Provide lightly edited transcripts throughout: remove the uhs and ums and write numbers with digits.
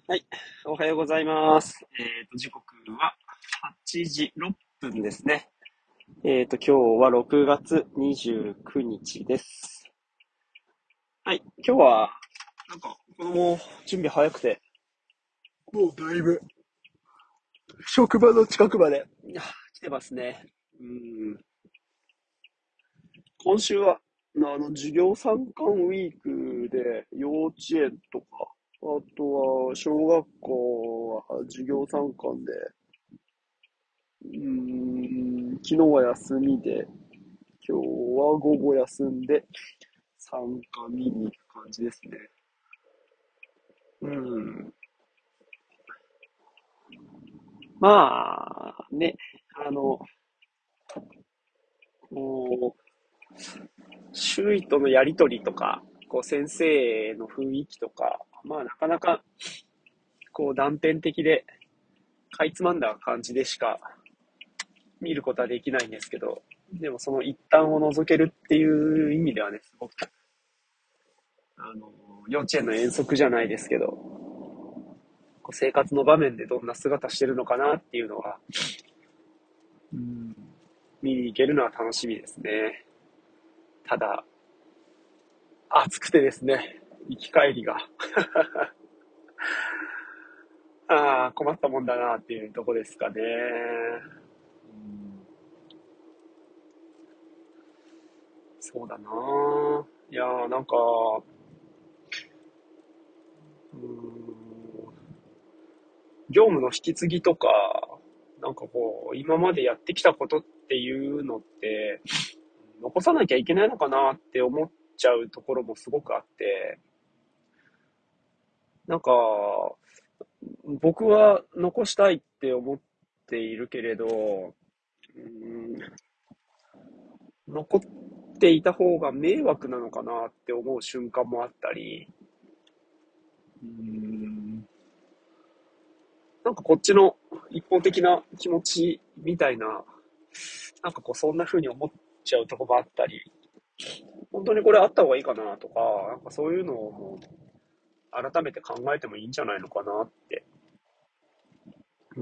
はい、おはようございます。時刻は8時6分ですね。今日は6月29日です。はい、今日は、子供、準備早くて、もうだいぶ、職場の近くまで、来てますね。うん、今週は、授業参観ウィークで、幼稚園とか、あとは、小学校は授業参観で、昨日は休みで、今日は午後休んで参加見に行く感じですね。うん。まあ、ね、あの、こ周囲とのやりとりとか、先生の雰囲気とか、まあなかなか断片的で、かいつまんだ感じでしか見ることはできないんですけど、でもその一端を覗けるっていう意味ではね、すごく、幼稚園の遠足じゃないですけど、生活の場面でどんな姿してるのかなっていうのは、見に行けるのは楽しみですね。ただ、暑くてですね、行き帰りが、困ったもんだなっていうとこですかね。そうだないやーなんか、うーん、業務の引き継ぎとか、今までやってきたことっていうのって、残さなきゃいけないのかなって思っちゃうところもすごくあって、なんか、僕は残したいって思っているけれど、残っていた方が迷惑なのかなって思う瞬間もあったり、うーん、こっちの一方的な気持ちみたいな、そんな風に思っちゃうとこもあったり、本当にこれあった方がいいかなとか、そういうのをもう改めて考えてもいいんじゃないのかなって。うん。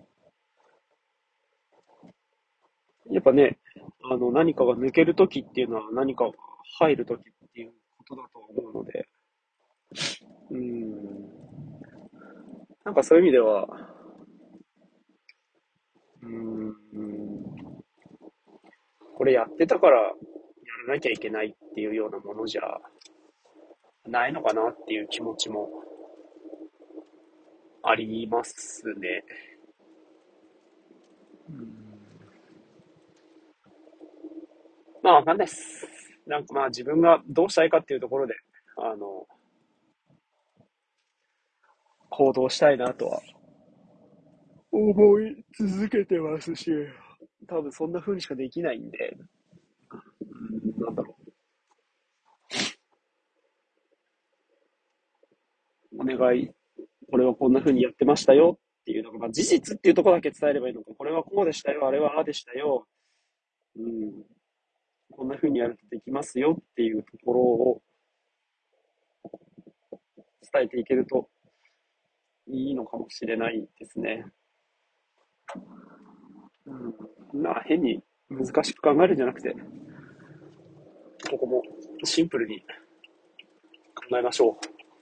やっぱね、何かが抜けるときっていうのは何かが入るときっていうことだと思うので、うん。そういう意味では、うん、これやってたからやらなきゃいけないっていうようなものじゃないのかなっていう気持ちもありますね。まあわかんないです。まあ自分がどうしたいかっていうところで、あの、行動したいなとは思い続けてますし、多分そんな風にしかできないんで、なんだろう、お願い、これはこんな風にやってましたよっていうのが、まあ事実っていうところだけ伝えればいいのか、これはこうでしたよ、あれはああでしたよ、うん、こんな風にやるとできますよっていうところを伝えていけるといいのかもしれないですね。まあ変に難しく考えるんじゃなくて、ここもシンプルに考えましょ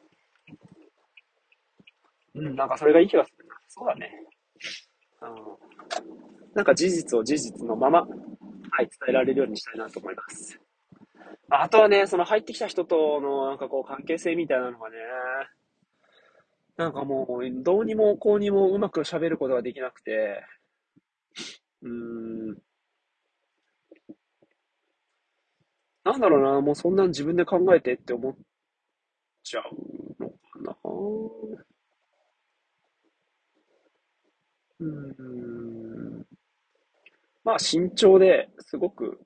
う。それがいい気がするな。そうだね。うん、事実を事実のまま、はい、伝えられるようにしたいなと思います。あとはね、その入ってきた人との関係性みたいなのがね、もうどうにもこうにもうまく喋ることができなくて、うーん、なんだろうな、もうそんなん自分で考えてって思っちゃうのかな。うーん、まあ慎重ですごく、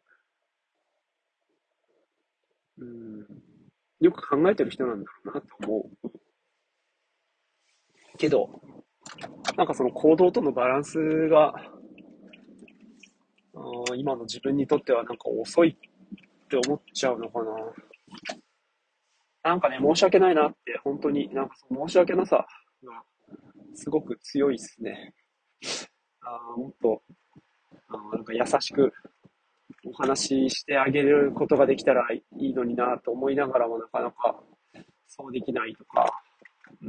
うん、よく考えてる人なんだろうなと思うけど、その行動とのバランスが、今の自分にとっては遅いって思っちゃうのかな。 なんかね、申し訳ないなって、本当に、なんかその申し訳なさがすごく強いっすね。もっと、なんか優しくお話ししてあげることができたらいいのになと思いながらもなかなかそうできないとか、うん、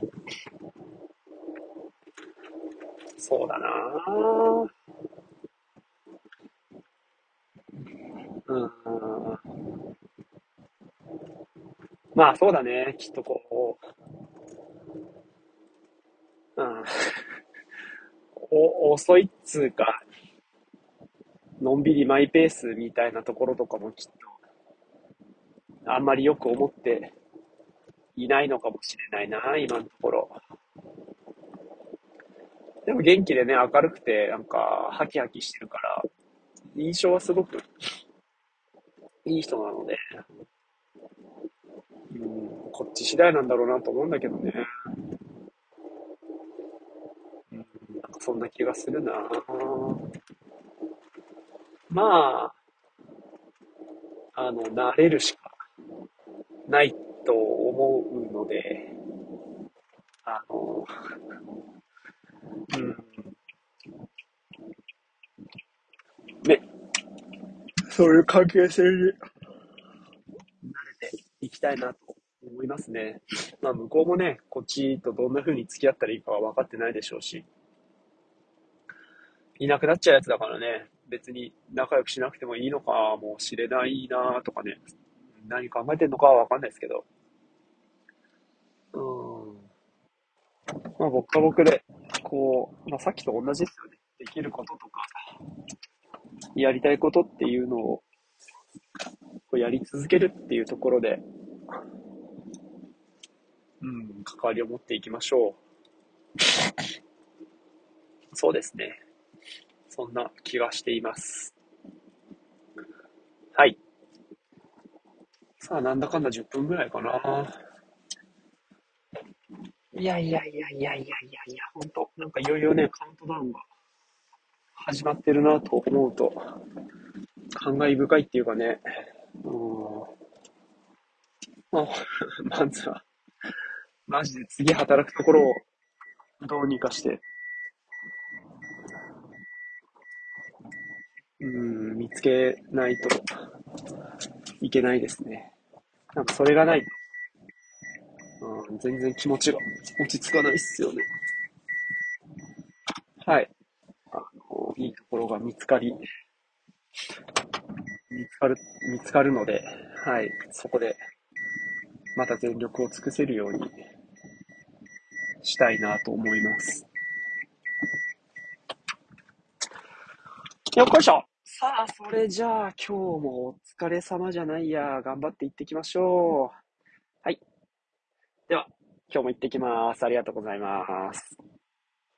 そうだなうん、まあそうだね。きっとこう、遅いっつうか、のんびりマイペースみたいなところとかもきっと、あんまりよく思っていないのかもしれないな、今のところ。でも元気でね、明るくて、なんか、ハキハキしてるから、印象はすごくいい人なので、こっち次第なんだろうなと思うんだけどね。なんかそんな気がするな。ま慣れるしかないと思うので、あの、うん、ね、そういう関係性に慣れていきたいなと思いますね。まあ向こうもね、こっちとどんな風に付き合ったらいいかは分かってないでしょうし、いなくなっちゃうやつだからね、別に仲良くしなくてもいいのかもしれないなとかね、何考えてんのかは分かんないですけど、うん、まあ僕は僕で、こう、まあさっきと同じですよね。できることとか、やりたいことっていうのをこうやり続けるっていうところで、関わりを持っていきましょう。そうですね。そんな気がしています。はい。さあ、なんだかんだ10分ぐらいかな。いやいやいやいやいやいやいや、ほんと、なんかいよいよね、カウントダウンが始まってるなと思うと、感慨深いっていうかね、うん、まあ、まずは、マジで次働くところをどうにかして、見つけないといけないですね。なんかそれがないと、全然気持ちが落ち着かないっすよね。はい。いいところが見つかる、見つかるので、はい。そこでまた全力を尽くせるようにしたいなと思います。よっこいしょ。さあ、それじゃあ今日もお疲れ様じゃないや。頑張って行ってきましょう。はい。では、今日も行ってきます。ありがとうございます。